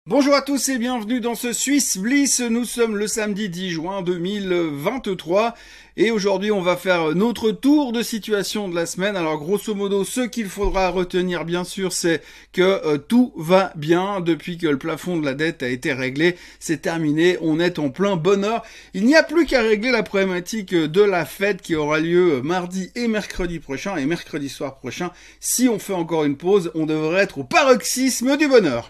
Bonjour à tous et bienvenue dans ce Swiss Bliss. Nous sommes le samedi 10 juin 2023 et aujourd'hui on va faire notre tour de situation de la semaine. Alors grosso modo, ce qu'il faudra retenir bien sûr, c'est que tout va bien depuis que le plafond de la dette a été réglé. C'est terminé, on est en plein bonheur. Il n'y a plus qu'à régler la problématique de la fête qui aura lieu mardi et mercredi prochain et mercredi soir prochain. Si on fait encore une pause, on devrait être au paroxysme du bonheur.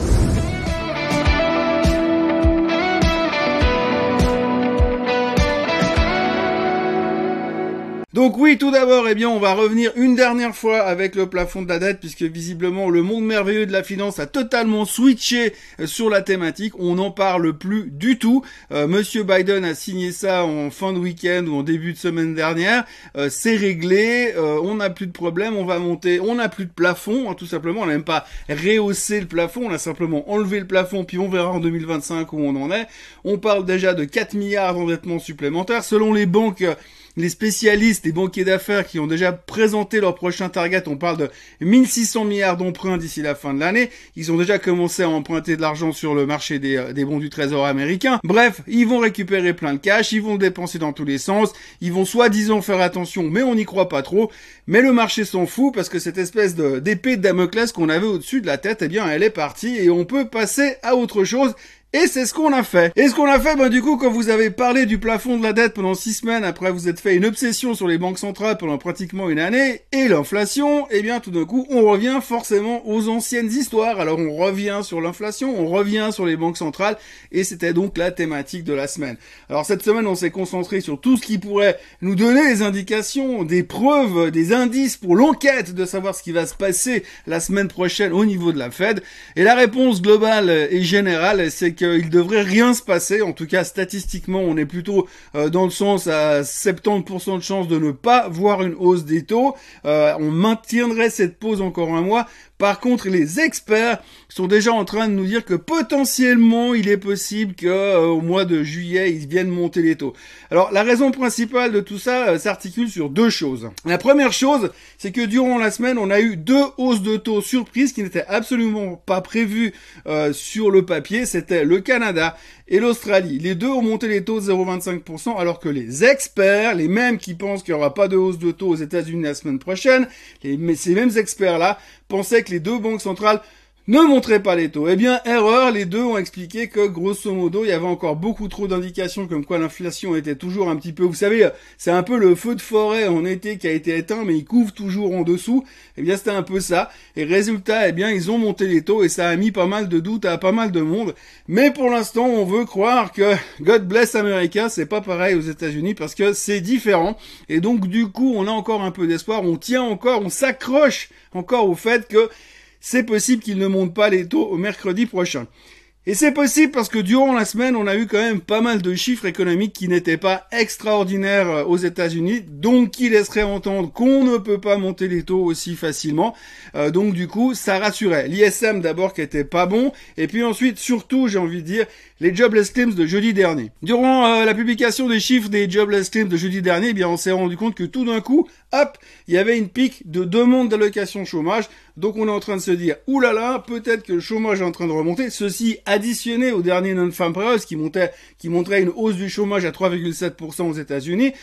Donc oui, tout d'abord, on va revenir une dernière fois avec le plafond de la dette, puisque visiblement le monde merveilleux de la finance a totalement switché sur la thématique. On n'en parle plus du tout. Monsieur Biden a signé ça en fin de week-end ou en début de semaine dernière. C'est réglé. On n'a plus de problème. On va monter. On n'a plus de plafond, hein, tout simplement. On n'a même pas rehaussé le plafond. On a simplement enlevé le plafond, puis on verra en 2025 où on en est. On parle déjà de 4 milliards d'endettement supplémentaires. Selon les banques, les spécialistes, les banquiers d'affaires qui ont déjà présenté leur prochain target, on parle de 1600 milliards d'emprunts d'ici la fin de l'année. Ils ont déjà commencé à emprunter de l'argent sur le marché des bons du trésor américain. Bref, ils vont récupérer plein de cash, ils vont le dépenser dans tous les sens, ils vont soi-disant faire attention, mais on n'y croit pas trop. Mais le marché s'en fout parce que cette espèce d'épée de Damoclès qu'on avait au-dessus de la tête, elle est partie et on peut passer à autre chose. Et c'est ce qu'on a fait. Et ce qu'on a fait, du coup, quand vous avez parlé du plafond de la dette pendant 6 semaines, après vous êtes fait une obsession sur les banques centrales pendant pratiquement une année, et l'inflation, tout d'un coup, on revient forcément aux anciennes histoires. Alors on revient sur l'inflation, on revient sur les banques centrales, et c'était donc la thématique de la semaine. Alors cette semaine, on s'est concentré sur tout ce qui pourrait nous donner des indications, des preuves, des indices pour l'enquête de savoir ce qui va se passer la semaine prochaine au niveau de la Fed. Et la réponse globale et générale, c'est qu'il devrait rien se passer. En tout cas, statistiquement, on est plutôt dans le sens à 70% de chance de ne pas voir une hausse des taux. On maintiendrait cette pause encore un mois. Par contre, les experts sont déjà en train de nous dire que potentiellement, il est possible que au mois de juillet, ils viennent monter les taux. Alors, la raison principale de tout ça s'articule sur deux choses. La première chose, c'est que durant la semaine, on a eu 2 hausses de taux surprises qui n'étaient absolument pas prévues sur le papier. C'était le Canada et l'Australie. Les deux ont monté les taux de 0,25%, alors que les experts, les mêmes qui pensent qu'il n'y aura pas de hausse de taux aux États-Unis la semaine prochaine, ces mêmes experts-là pensaient que les deux banques centrales ne montraient pas les taux. Erreur, les deux ont expliqué que, grosso modo, il y avait encore beaucoup trop d'indications comme quoi l'inflation était toujours un petit peu, vous savez, c'est un peu le feu de forêt en été qui a été éteint, mais il couvre toujours en dessous. C'était un peu ça. Et résultat, ils ont monté les taux et ça a mis pas mal de doutes à pas mal de monde. Mais pour l'instant, on veut croire que God bless America, c'est pas pareil aux États-Unis parce que c'est différent. Et donc, du coup, on a encore un peu d'espoir, on tient encore, on s'accroche encore au fait que c'est possible qu'ils ne montent pas les taux au mercredi prochain. Et c'est possible parce que durant la semaine, on a eu quand même pas mal de chiffres économiques qui n'étaient pas extraordinaires aux États-Unis, donc qui laisseraient entendre qu'on ne peut pas monter les taux aussi facilement. Donc du coup, ça rassurait. L'ISM d'abord qui était pas bon, et puis ensuite, surtout, j'ai envie de dire, les jobless claims de jeudi dernier. Durant la publication des chiffres des jobless claims de jeudi dernier, on s'est rendu compte que tout d'un coup, hop, il y avait une pique de demande d'allocation chômage. Donc on est en train de se dire, oulala, peut-être que le chômage est en train de remonter. Ceci additionné au dernier non-farm payrolls qui montrait une hausse du chômage à 3,7% aux États-Unis.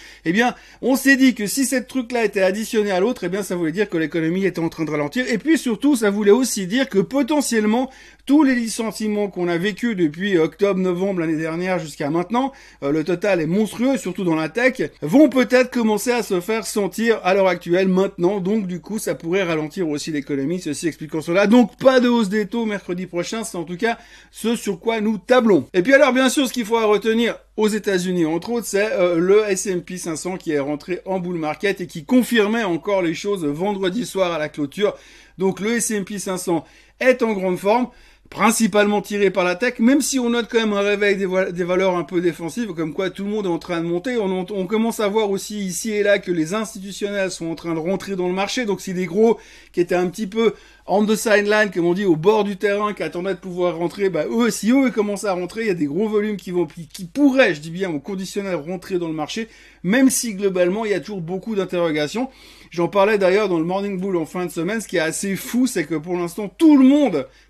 On s'est dit que si cette truc-là était additionné à l'autre, ça voulait dire que l'économie était en train de ralentir. Et puis surtout, ça voulait aussi dire que potentiellement, tous les licenciements qu'on a vécus depuis octobre-novembre l'année dernière jusqu'à maintenant, le total est monstrueux, surtout dans la tech, vont peut-être commencer à se faire sentir à l'heure actuelle maintenant. Donc du coup, ça pourrait ralentir aussi l'économie, ceci expliquant cela. Donc pas de hausse des taux mercredi prochain, c'est en tout cas ce sur quoi nous tablons. Et puis alors, bien sûr, ce qu'il faut retenir aux États-Unis, entre autres, c'est le S&P 500 qui est rentré en bull market et qui confirmait encore les choses vendredi soir à la clôture. Donc le S&P 500 est en grande forme, principalement tiré par la tech, même si on note quand même un réveil des valeurs un peu défensives, comme quoi tout le monde est en train de monter. On commence à voir aussi ici et là que les institutionnels sont en train de rentrer dans le marché. Donc si les gros qui étaient un petit peu on the sideline, comme on dit, au bord du terrain, qui attendaient de pouvoir rentrer, si eux commencent à rentrer, il y a des gros volumes qui pourraient, je dis bien, au conditionnel, rentrer dans le marché, même si globalement, il y a toujours beaucoup d'interrogations. J'en parlais d'ailleurs dans le Morning Bull en fin de semaine. Ce qui est assez fou, c'est que pour l'instant, tout le monde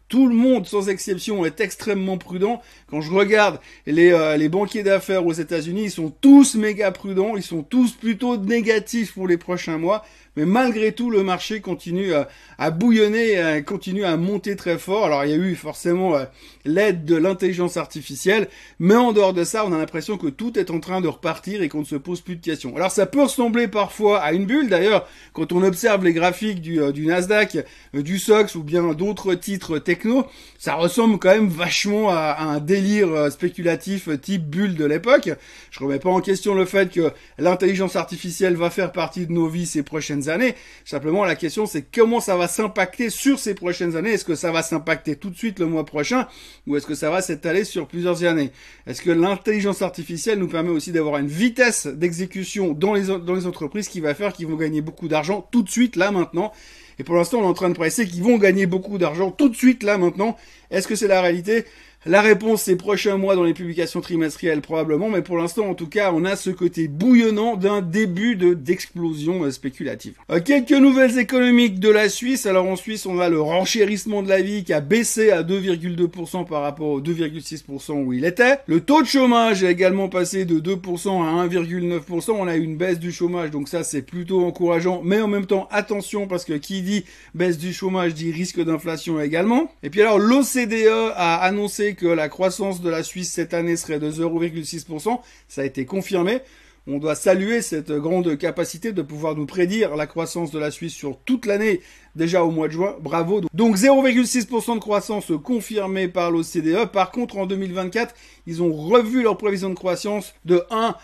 Tout le monde, sans exception, est extrêmement prudent. Quand je regarde les banquiers d'affaires aux États-Unis, ils sont tous méga prudents, ils sont tous plutôt négatifs pour les prochains mois. Mais malgré tout, le marché continue à bouillonner, continue à monter très fort. Alors, il y a eu forcément l'aide de l'intelligence artificielle, mais en dehors de ça, on a l'impression que tout est en train de repartir et qu'on ne se pose plus de questions. Alors, ça peut ressembler parfois à une bulle. D'ailleurs, quand on observe les graphiques du Nasdaq, du SOX ou bien d'autres titres techno, ça ressemble quand même vachement à un délire spéculatif type bulle de l'époque. Je remets pas en question le fait que l'intelligence artificielle va faire partie de nos vies ces prochaines années. Simplement, la question, c'est comment ça va s'impacter sur ces prochaines années. Est-ce que ça va s'impacter tout de suite le mois prochain ou est-ce que ça va s'étaler sur plusieurs années? Est-ce que l'intelligence artificielle nous permet aussi d'avoir une vitesse d'exécution dans les entreprises qui va faire qu'ils vont gagner beaucoup d'argent tout de suite, là, maintenant? Et pour l'instant, on est en train de presser qu'ils vont gagner beaucoup d'argent tout de suite, là, maintenant. Est-ce que c'est la réalité? La réponse, c'est prochains mois dans les publications trimestrielles, probablement, mais pour l'instant, en tout cas, on a ce côté bouillonnant d'un début d'explosion spéculative. Quelques nouvelles économiques de la Suisse. Alors, en Suisse, on a le renchérissement de la vie qui a baissé à 2,2% par rapport aux 2,6% où il était. Le taux de chômage est également passé de 2% à 1,9%. On a eu une baisse du chômage, donc ça, c'est plutôt encourageant, mais en même temps, attention, parce que qui dit baisse du chômage dit risque d'inflation également. Et puis alors, l'OCDE a annoncé que la croissance de la Suisse cette année serait de 0,6%. Ça a été confirmé. On doit saluer cette grande capacité de pouvoir nous prédire la croissance de la Suisse sur toute l'année, déjà au mois de juin. Bravo. Donc 0,6% de croissance confirmée par l'OCDE. Par contre, en 2024, ils ont revu leur prévision de croissance de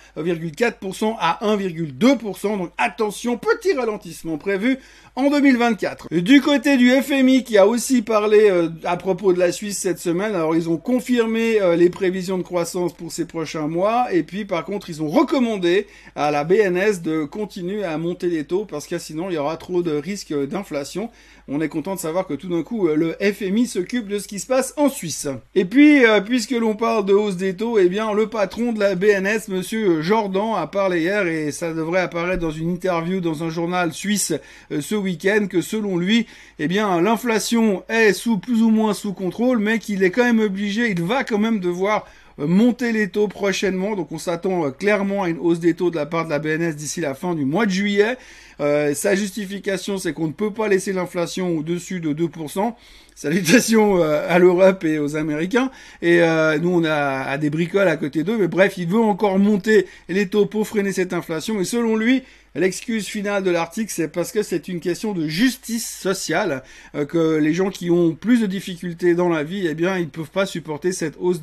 1,4% à 1,2%. Donc attention, petit ralentissement prévu en 2024. Du côté du FMI qui a aussi parlé à propos de la Suisse cette semaine, alors ils ont confirmé les prévisions de croissance pour ces prochains mois et puis par contre ils ont recommandé à la BNS de continuer à monter les taux parce que sinon il y aura trop de risques d'inflation. On est content de savoir que tout d'un coup, le FMI s'occupe de ce qui se passe en Suisse. Et puis, puisque l'on parle de hausse des taux, eh bien, le patron de la BNS, monsieur Jordan, a parlé hier, et ça devrait apparaître dans une interview dans un journal suisse ce week-end, que selon lui, eh bien, l'inflation est plus ou moins sous contrôle, mais qu'il est quand même obligé, il va quand même devoir monter les taux prochainement. Donc on s'attend clairement à une hausse des taux de la part de la BNS d'ici la fin du mois de juillet. Sa justification, c'est qu'on ne peut pas laisser l'inflation au-dessus de 2%. Salutations à l'Europe et aux Américains. Et nous, on a des bricoles à côté d'eux. Mais bref, il veut encore monter les taux pour freiner cette inflation. Et selon lui, l'excuse finale de l'article, c'est parce que c'est une question de justice sociale, que les gens qui ont plus de difficultés dans la vie, eh bien, ils peuvent pas supporter cette hausse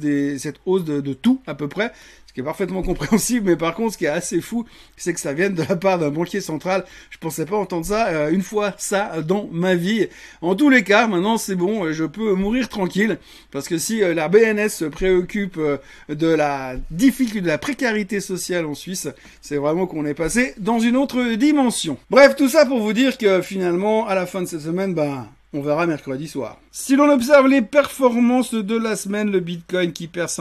de tout, à peu près. Ce qui est parfaitement compréhensible, mais par contre, ce qui est assez fou, c'est que ça vienne de la part d'un banquier central. Je pensais pas entendre ça une fois ça dans ma vie. En tous les cas, maintenant, c'est bon, je peux mourir tranquille, parce que si la BNS se préoccupe de la difficulté, de la précarité sociale en Suisse, c'est vraiment qu'on est passé dans une autre dimension. Bref, tout ça pour vous dire que finalement, à la fin de cette semaine, on verra mercredi soir. Si l'on observe les performances de la semaine, le Bitcoin qui perd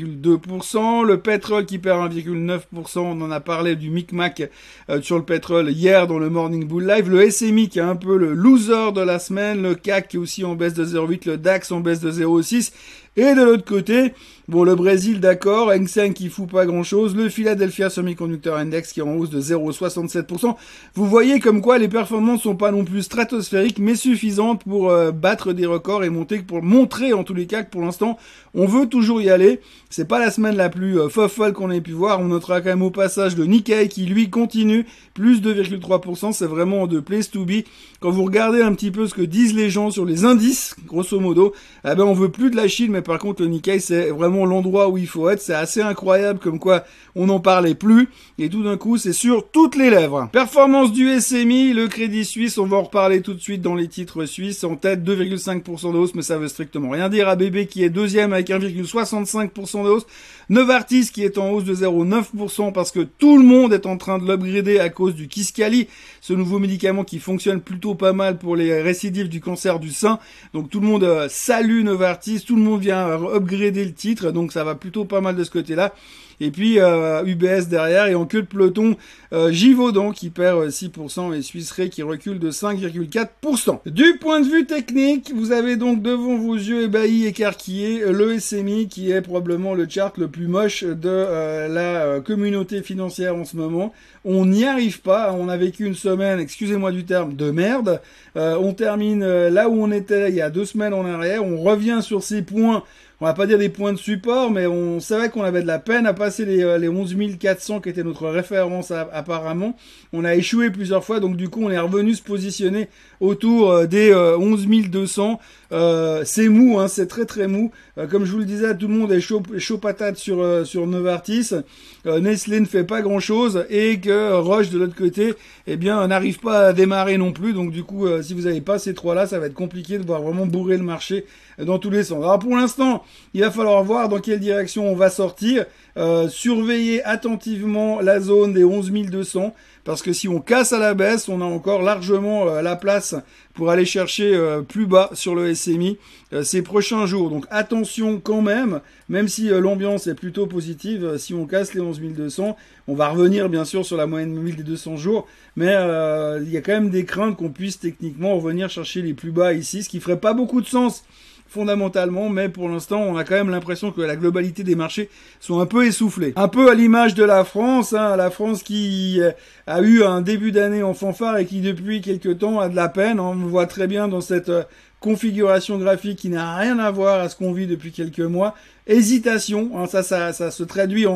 5,2%, le pétrole qui perd 1,9%, on en a parlé du micmac sur le pétrole hier dans le Morning Bull Live, le SMI qui est un peu le loser de la semaine, le CAC qui est aussi en baisse de 0,8, le DAX en baisse de 0,6, et de l'autre côté, bon, le Brésil, d'accord, Hang Seng qui fout pas grand chose, le Philadelphia Semiconductor Index qui est en hausse de 0,67%. Vous voyez comme quoi les performances sont pas non plus stratosphériques, mais suffisantes pour battre des records et pour montrer en tous les cas que pour l'instant, on veut toujours y aller. C'est pas la semaine la plus folle qu'on ait pu voir. On notera quand même au passage le Nikkei qui lui continue, plus 2,3%. C'est vraiment de place to be. Quand vous regardez un petit peu ce que disent les gens sur les indices, grosso modo, on veut plus de la Chine, mais par contre le Nikkei c'est vraiment l'endroit où il faut être. C'est assez incroyable comme quoi on n'en parlait plus et tout d'un coup c'est sur toutes les lèvres. Performance du SMI, le Crédit Suisse, on va en reparler tout de suite dans les titres suisses. En tête 2,5% de hausse, mais ça veut strictement rien dire. ABB qui est deuxième avec 1,65% de hausse. Novartis qui est en hausse de 0,9% parce que tout le monde est en train de l'upgrader à cause du Kisqali, ce nouveau médicament qui fonctionne plutôt pas mal pour les récidives du cancer du sein. Donc tout le monde salue Novartis, tout le monde vient upgrader le titre, donc ça va plutôt pas mal de ce côté-là. Et puis UBS derrière, et en queue de peloton, Givaudan qui perd 6% et Suisse Re qui recule de 5,4%. Du point de vue technique, vous avez avez donc devant vos yeux ébahis, écarquillés, le SMI qui est probablement le chart le plus moche de la communauté financière en ce moment. On n'y arrive pas, on a vécu une semaine, excusez-moi du terme, de merde. On termine là où on était il y a 2 semaines en arrière, on revient sur ces points. On va pas dire des points de support, mais on savait qu'on avait de la peine à passer les 11 400 qui était notre référence apparemment. On a échoué plusieurs fois, donc du coup on est revenu se positionner autour des 11 200. C'est mou, hein, c'est très très mou. Comme je vous le disais, tout le monde est chaud patate sur Novartis. Nestlé ne fait pas grand chose et que Roche de l'autre côté, eh bien, n'arrive pas à démarrer non plus. Donc du coup, si vous n'avez pas ces trois-là, ça va être compliqué de voir vraiment bourrer le marché dans tous les sens. Alors pour l'instant, il va falloir voir dans quelle direction on va sortir. Surveiller attentivement la zone des 11 200 parce que si on casse à la baisse, on a encore largement la place pour aller chercher plus bas sur le SMI ces prochains jours. Donc attention quand même si l'ambiance est plutôt positive, si on casse les 11 200, on va revenir bien sûr sur la moyenne mobile des 200 jours, mais il y a quand même des craintes qu'on puisse techniquement revenir chercher les plus bas ici, ce qui ferait pas beaucoup de sens fondamentalement, mais pour l'instant, on a quand même l'impression que la globalité des marchés sont un peu essoufflés. Un peu à l'image de la France, hein, la France qui a eu un début d'année en fanfare et qui depuis quelques temps a de la peine. On le voit très bien dans cette configuration graphique qui n'a rien à voir à ce qu'on vit depuis quelques mois. Hésitation, hein, ça se traduit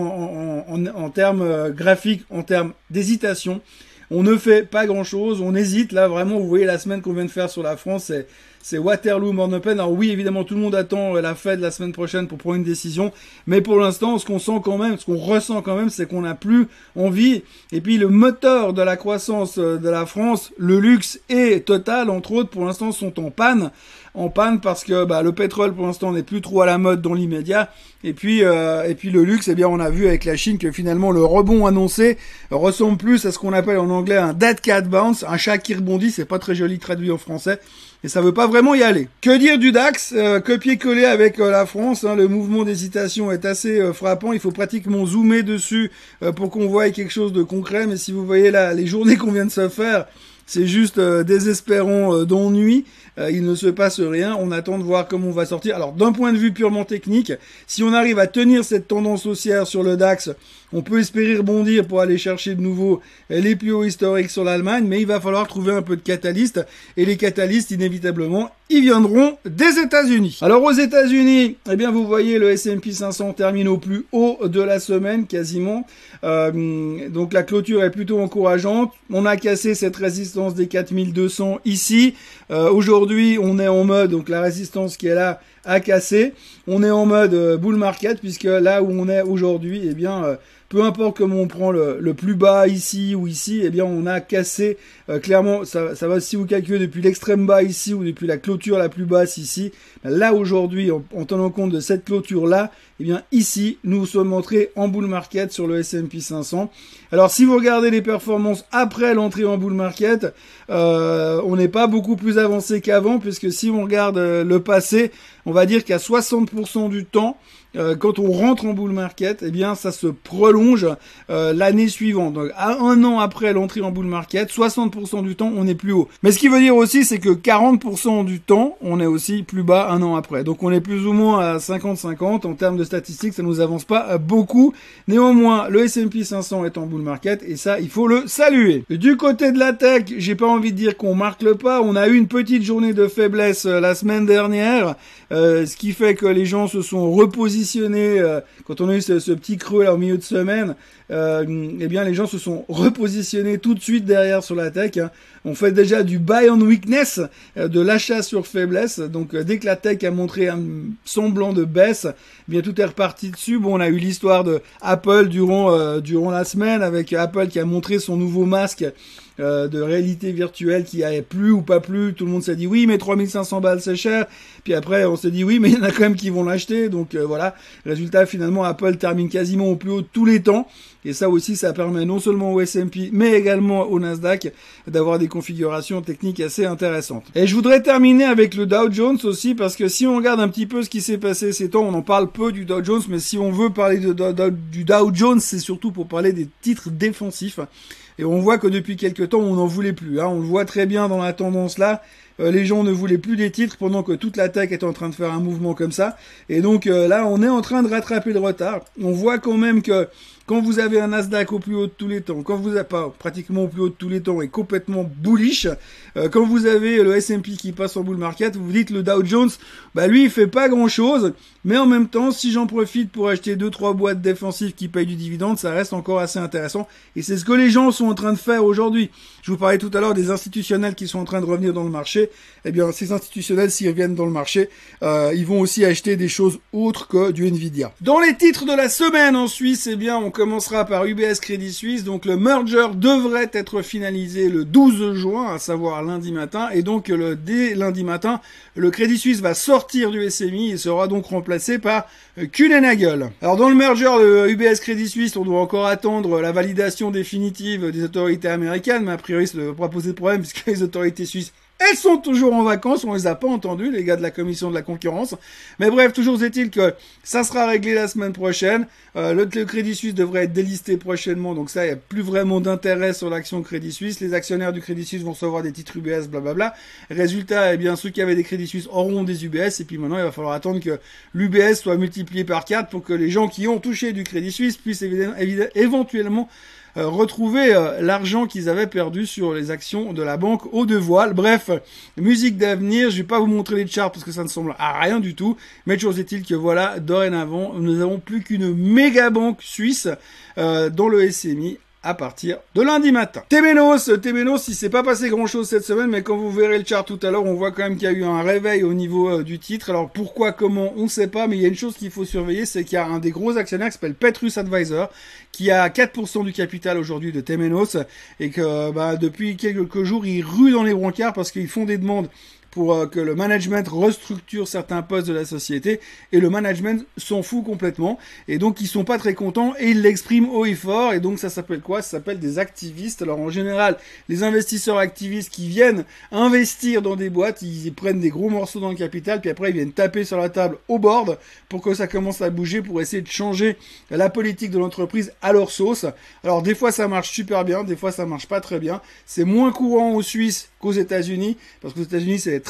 en termes graphiques, en termes d'hésitation. On ne fait pas grand-chose, on hésite. Là, vraiment, vous voyez la semaine qu'on vient de faire sur la France, c'est Waterloo, Morne Open. Alors oui, évidemment, tout le monde attend la Fed la semaine prochaine pour prendre une décision. Mais pour l'instant, ce qu'on ressent quand même, c'est qu'on n'a plus envie. Et puis, le moteur de la croissance de la France, le luxe et Total, entre autres, pour l'instant, sont en panne. Parce que le pétrole pour l'instant n'est plus trop à la mode dans l'immédiat et puis le luxe, eh bien on a vu avec la Chine que finalement le rebond annoncé ressemble plus à ce qu'on appelle en anglais un dead cat bounce, un chat qui rebondit, c'est pas très joli traduit en français et ça veut pas vraiment y aller. Que dire du DAX, copier-coller avec la France, hein, le mouvement d'hésitation est assez frappant, il faut pratiquement zoomer dessus pour qu'on voie quelque chose de concret, mais si vous voyez là les journées qu'on vient de se faire, c'est juste désespérant d'ennui. Il ne se passe rien. On attend de voir comment on va sortir. Alors, d'un point de vue purement technique, si on arrive à tenir cette tendance haussière sur le DAX, on peut espérer rebondir pour aller chercher de nouveau les plus hauts historiques sur l'Allemagne, mais il va falloir trouver un peu de catalystes. Et les catalystes, inévitablement, ils viendront des États-Unis. Alors, aux États-Unis, eh bien, vous voyez, le S&P 500 termine au plus haut de la semaine, quasiment. Donc, la clôture est plutôt encourageante. On a cassé cette résistance des 4200 ici. Aujourd'hui, on est en mode, donc la résistance qui est là a cassé. On est en mode bull market, puisque là où on est aujourd'hui, eh bien, peu importe comment on prend le plus bas ici ou ici, eh bien, on a cassé clairement, ça va si vous calculez depuis l'extrême bas ici ou depuis la clôture la plus basse ici. Là aujourd'hui, en tenant compte de cette clôture-là, eh bien ici, nous sommes entrés en bull market sur le S&P 500. Alors si vous regardez les performances après l'entrée en bull market, on n'est pas beaucoup plus avancé qu'avant, puisque si on regarde le passé, on va dire qu'à 60% du temps, quand on rentre en bull market, eh bien ça se prolonge l'année suivante. Donc à 1 an après l'entrée en bull market, 60% du temps on est plus haut. Mais ce qui veut dire aussi c'est que 40% du temps on est aussi plus bas 1 an après. Donc on est plus ou moins à 50-50 en termes de statistiques, ça nous avance pas beaucoup. Néanmoins, le S&P 500 est en bull market et ça il faut le saluer. Du côté de la tech, j'ai pas envie de dire qu'on marque le pas. On a eu une petite journée de faiblesse la semaine dernière, ce qui fait que les gens se sont repositionnés. Quand on a eu ce petit creux là au milieu de semaine, eh bien les gens se sont repositionnés tout de suite derrière sur la tech. Hein. On fait déjà du buy on weakness, de l'achat sur faiblesse. Donc dès que la tech a montré un semblant de baisse, eh bien tout est reparti dessus. Bon, on a eu l'histoire de Apple durant la semaine avec Apple qui a montré son nouveau masque de réalité virtuelle qui a plu ou pas plu. Tout le monde s'est dit oui, mais 3500 balles c'est cher. Puis après on s'est dit oui, mais il y en a quand même qui vont l'acheter. Donc voilà, résultat finalement Apple termine quasiment au plus haut de tous les temps. Et ça aussi, ça permet non seulement au S&P, mais également au Nasdaq d'avoir des configurations techniques assez intéressantes. Et je voudrais terminer avec le Dow Jones aussi, parce que si on regarde un petit peu ce qui s'est passé ces temps, on en parle peu du Dow Jones, mais si on veut parler du Dow Jones, c'est surtout pour parler des titres défensifs. Et on voit que depuis quelques temps, on n'en voulait plus. Hein. On le voit très bien dans la tendance là. les gens ne voulaient plus des titres pendant que toute la tech était en train de faire un mouvement comme ça. Et donc là, on est en train de rattraper le retard. On voit quand même que quand vous avez un Nasdaq au plus haut de tous les temps, quand vous n'avez pas pratiquement au plus haut de tous les temps et complètement bullish, quand vous avez le S&P qui passe en bull market, vous vous dites le Dow Jones, bah lui il fait pas grand chose, mais en même temps, si j'en profite pour acheter 2-3 boîtes défensives qui payent du dividende, ça reste encore assez intéressant. Et c'est ce que les gens sont en train de faire aujourd'hui. Je vous parlais tout à l'heure des institutionnels qui sont en train de revenir dans le marché. Eh bien, ces institutionnels, s'ils reviennent dans le marché, ils vont aussi acheter des choses autres que du Nvidia. Dans les titres de la semaine en Suisse, eh bien, on commencera par UBS Crédit Suisse. Donc, le merger devrait être finalisé le 12 juin, à savoir lundi matin. Et donc, dès lundi matin, le Crédit Suisse va sortir du SMI et sera donc remplacé par Kuehne+Nagel. Alors, dans le merger de UBS Crédit Suisse, on doit encore attendre la validation définitive des autorités américaines, mais a priori, ça ne devrait pas poser de problème puisque les autorités suisses, elles sont toujours en vacances, on les a pas entendus, les gars de la commission de la concurrence. Mais bref, toujours est-il que ça sera réglé la semaine prochaine. Le Crédit Suisse devrait être délisté prochainement, donc ça, il n'y a plus vraiment d'intérêt sur l'action Crédit Suisse. Les actionnaires du Crédit Suisse vont recevoir des titres UBS, blablabla. Résultat, eh bien, ceux qui avaient des Crédits Suisse auront des UBS, et puis maintenant, il va falloir attendre que l'UBS soit multiplié par 4 pour que les gens qui ont touché du Crédit Suisse puissent éventuellement retrouver l'argent qu'ils avaient perdu sur les actions de la banque aux deux voiles. Bref, musique d'avenir, je vais pas vous montrer les charts parce que ça ne semble à rien du tout, mais toujours est-il que voilà, dorénavant, nous n'avons plus qu'une méga banque suisse dans le SMI à partir de lundi matin. Temenos, il s'est pas passé grand chose cette semaine, mais quand vous verrez le chart tout à l'heure, on voit quand même qu'il y a eu un réveil au niveau du titre. Alors pourquoi, comment, on ne sait pas, mais il y a une chose qu'il faut surveiller, c'est qu'il y a un des gros actionnaires qui s'appelle Petrus Advisor, qui a 4% du capital aujourd'hui de Temenos, et que depuis quelques jours, ils ruent dans les brancards parce qu'ils font des demandes pour que le management restructure certains postes de la société, et le management s'en fout complètement, et donc ils sont pas très contents, et ils l'expriment haut et fort, et donc ça s'appelle quoi? Ça s'appelle des activistes. Alors en général, les investisseurs activistes qui viennent investir dans des boîtes, ils prennent des gros morceaux dans le capital, puis après ils viennent taper sur la table au board pour que ça commence à bouger, pour essayer de changer la politique de l'entreprise à leur sauce. Alors des fois ça marche super bien, des fois ça marche pas très bien. C'est moins courant aux Suisses qu'aux États-Unis, parce qu'aux États-Unis c'est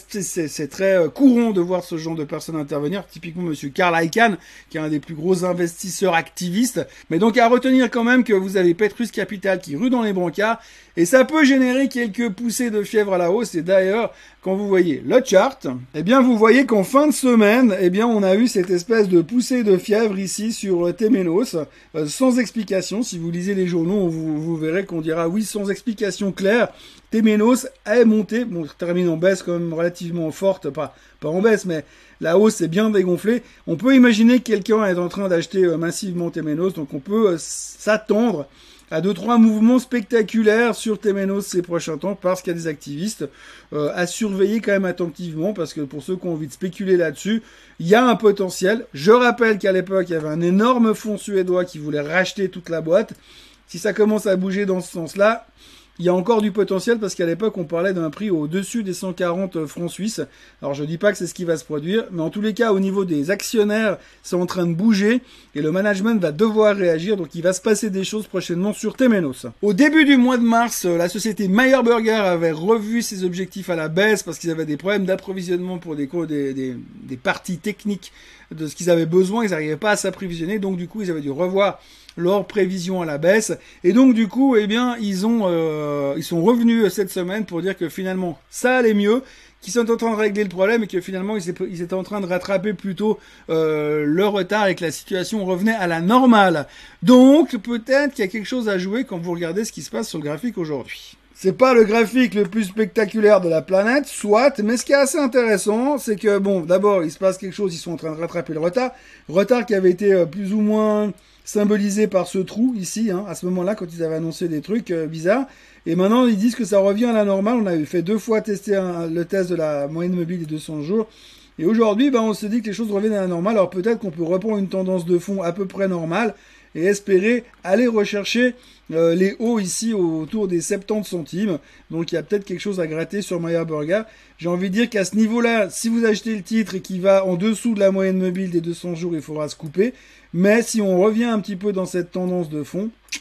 très courant de voir ce genre de personnes intervenir, typiquement monsieur Carl Icahn, qui est un des plus gros investisseurs activistes. Mais donc à retenir quand même que vous avez Petrus Capital qui rue dans les brancards, et ça peut générer quelques poussées de fièvre à la hausse. Et d'ailleurs, quand vous voyez le chart, eh bien vous voyez qu'en fin de semaine, eh bien on a eu cette espèce de poussée de fièvre ici sur Temenos, sans explication. Si vous lisez les journaux, vous verrez qu'on dira oui, sans explication claire. Temenos est monté, bon, termine en baisse quand même relativement forte, pas en baisse, mais la hausse est bien dégonflée. On peut imaginer que quelqu'un est en train d'acheter massivement Temenos, donc on peut s'attendre à 2-3 mouvements spectaculaires sur Temenos ces prochains temps, parce qu'il y a des activistes à surveiller quand même attentivement, parce que pour ceux qui ont envie de spéculer là-dessus, il y a un potentiel. Je rappelle qu'à l'époque, il y avait un énorme fonds suédois qui voulait racheter toute la boîte. Si ça commence à bouger dans ce sens-là, il y a encore du potentiel, parce qu'à l'époque, on parlait d'un prix au-dessus des 140 francs suisses. Alors, je dis pas que c'est ce qui va se produire, mais en tous les cas, au niveau des actionnaires, c'est en train de bouger, et le management va devoir réagir, donc il va se passer des choses prochainement sur Temenos. Au début du mois de mars, la société Meyer Burger avait revu ses objectifs à la baisse, parce qu'ils avaient des problèmes d'approvisionnement pour des parties techniques de ce qu'ils avaient besoin, ils n'arrivaient pas à s'approvisionner, donc du coup, ils avaient dû revoir leurs prévisions à la baisse, et donc du coup, eh bien, ils sont revenus cette semaine pour dire que finalement, ça allait mieux, qu'ils sont en train de régler le problème, et que finalement, ils étaient en train de rattraper plutôt leur retard, et que la situation revenait à la normale. Donc, peut-être qu'il y a quelque chose à jouer quand vous regardez ce qui se passe sur le graphique aujourd'hui. C'est pas le graphique le plus spectaculaire de la planète, soit, mais ce qui est assez intéressant, c'est que, bon, d'abord, il se passe quelque chose, ils sont en train de rattraper le retard qui avait été plus ou moins symbolisé par ce trou ici, à ce moment-là, quand ils avaient annoncé des trucs bizarres. Et maintenant, ils disent que ça revient à la normale. On avait fait 2 fois tester le test de la moyenne mobile des 200 jours. Et aujourd'hui, on se dit que les choses reviennent à la normale. Alors peut-être qu'on peut reprendre une tendance de fond à peu près normale et espérer aller rechercher les hauts ici autour des 70 centimes. Donc il y a peut-être quelque chose à gratter sur Meyer Burger. J'ai envie de dire qu'à ce niveau-là, si vous achetez le titre et qu'il va en dessous de la moyenne mobile des 200 jours, il faudra se couper. Mais si on revient un petit peu dans cette tendance de fond,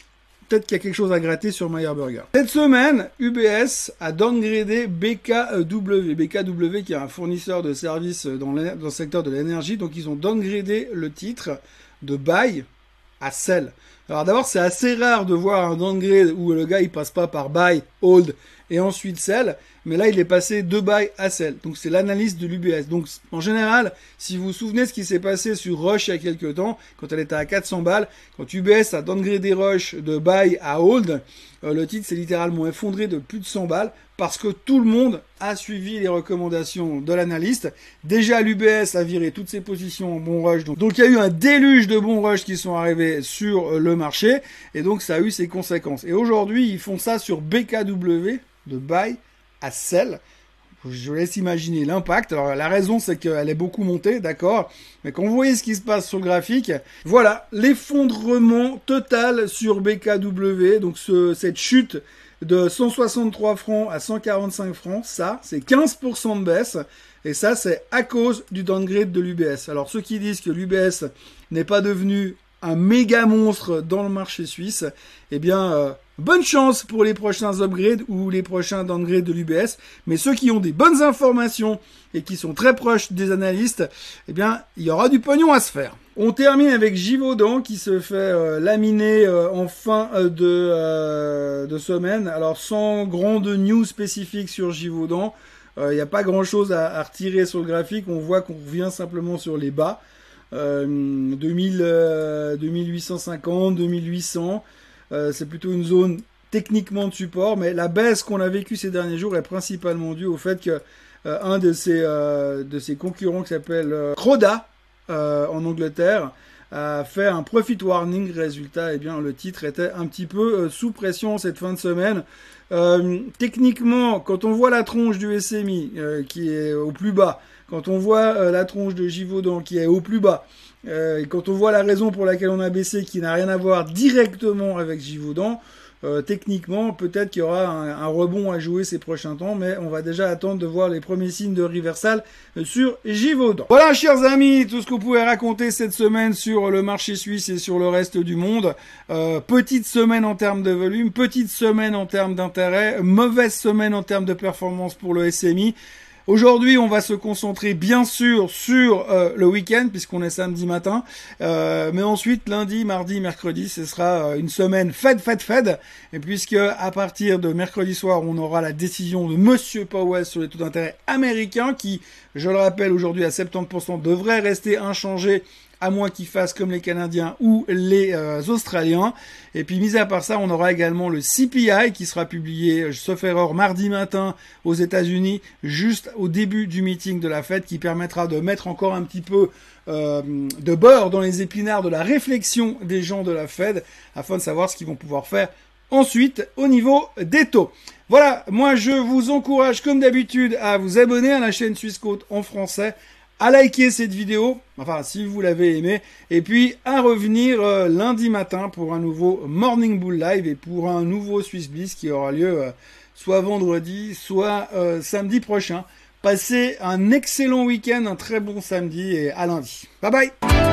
peut-être qu'il y a quelque chose à gratter sur Meyer Burger. Cette semaine, UBS a downgradé BKW. BKW qui est un fournisseur de services dans le secteur de l'énergie. Donc ils ont downgradé le titre de buy à sell. Alors d'abord, c'est assez rare de voir un downgrade où le gars il passe pas par buy, hold et ensuite sell, mais là il est passé de buy à sell. Donc c'est l'analyse de l'UBS. Donc en général, si vous vous souvenez ce qui s'est passé sur Rush il y a quelques temps, quand elle était à 400 balles, quand UBS a downgradé Rush de buy à hold, le titre s'est littéralement effondré de plus de 100 balles parce que tout le monde a suivi les recommandations de l'analyste. Déjà, l'UBS a viré toutes ses positions en bon rush. Donc, il y a eu un déluge de bons rush qui sont arrivés sur le marché. Et donc, ça a eu ses conséquences. Et aujourd'hui, ils font ça sur BKW, de buy à sell. Je vous laisse imaginer l'impact. Alors, la raison, c'est qu'elle est beaucoup montée, d'accord. Mais quand vous voyez ce qui se passe sur le graphique, voilà, l'effondrement total sur BKW. Donc, cette chute de 163 francs à 145 francs, ça, c'est 15% de baisse. Et ça, c'est à cause du downgrade de l'UBS. Alors, ceux qui disent que l'UBS n'est pas devenu un méga monstre dans le marché suisse, eh bien, bonne chance pour les prochains upgrades ou les prochains downgrades de l'UBS. Mais ceux qui ont des bonnes informations et qui sont très proches des analystes, eh bien, il y aura du pognon à se faire. On termine avec Givaudan qui se fait laminer en fin de semaine. Alors, sans grande news spécifique sur Givaudan, il n'y a pas grand-chose à retirer sur le graphique. On voit qu'on revient simplement sur les bas. 2850, 2800, c'est plutôt une zone techniquement de support, mais la baisse qu'on a vécue ces derniers jours est principalement due au fait que un de ses concurrents qui s'appelle Croda en Angleterre a fait un profit warning. Résultat, eh bien, le titre était un petit peu sous pression cette fin de semaine. Techniquement, quand on voit la tronche du SMI qui est au plus bas, quand on voit la tronche de Givaudan qui est au plus bas, et quand on voit la raison pour laquelle on a baissé qui n'a rien à voir directement avec Givaudan, techniquement, peut-être qu'il y aura un rebond à jouer ces prochains temps, mais on va déjà attendre de voir les premiers signes de reversal sur Givaudan. Voilà, chers amis, tout ce que vous pouvez raconter cette semaine sur le marché suisse et sur le reste du monde. Petite semaine en termes de volume, petite semaine en termes d'intérêt, mauvaise semaine en termes de performance pour le SMI. Aujourd'hui, on va se concentrer bien sûr sur le week-end puisqu'on est samedi matin, mais ensuite lundi, mardi, mercredi, ce sera une semaine Fed. Et puisque à partir de mercredi soir, on aura la décision de Monsieur Powell sur les taux d'intérêt américains qui, je le rappelle, aujourd'hui à 70% devrait rester inchangé, à moins qu'ils fassent comme les Canadiens ou les Australiens. Et puis, mis à part ça, on aura également le CPI qui sera publié, sauf erreur, mardi matin aux États-Unis, juste au début du meeting de la Fed, qui permettra de mettre encore un petit peu de beurre dans les épinards de la réflexion des gens de la Fed, afin de savoir ce qu'ils vont pouvoir faire ensuite au niveau des taux. Voilà, moi je vous encourage comme d'habitude à vous abonner à la chaîne Suisse Côte en français, à liker cette vidéo, enfin si vous l'avez aimé, et puis à revenir lundi matin pour un nouveau Morning Bull Live et pour un nouveau Swiss Bliss qui aura lieu soit vendredi, soit samedi prochain. Passez un excellent week-end, un très bon samedi et à lundi. Bye bye.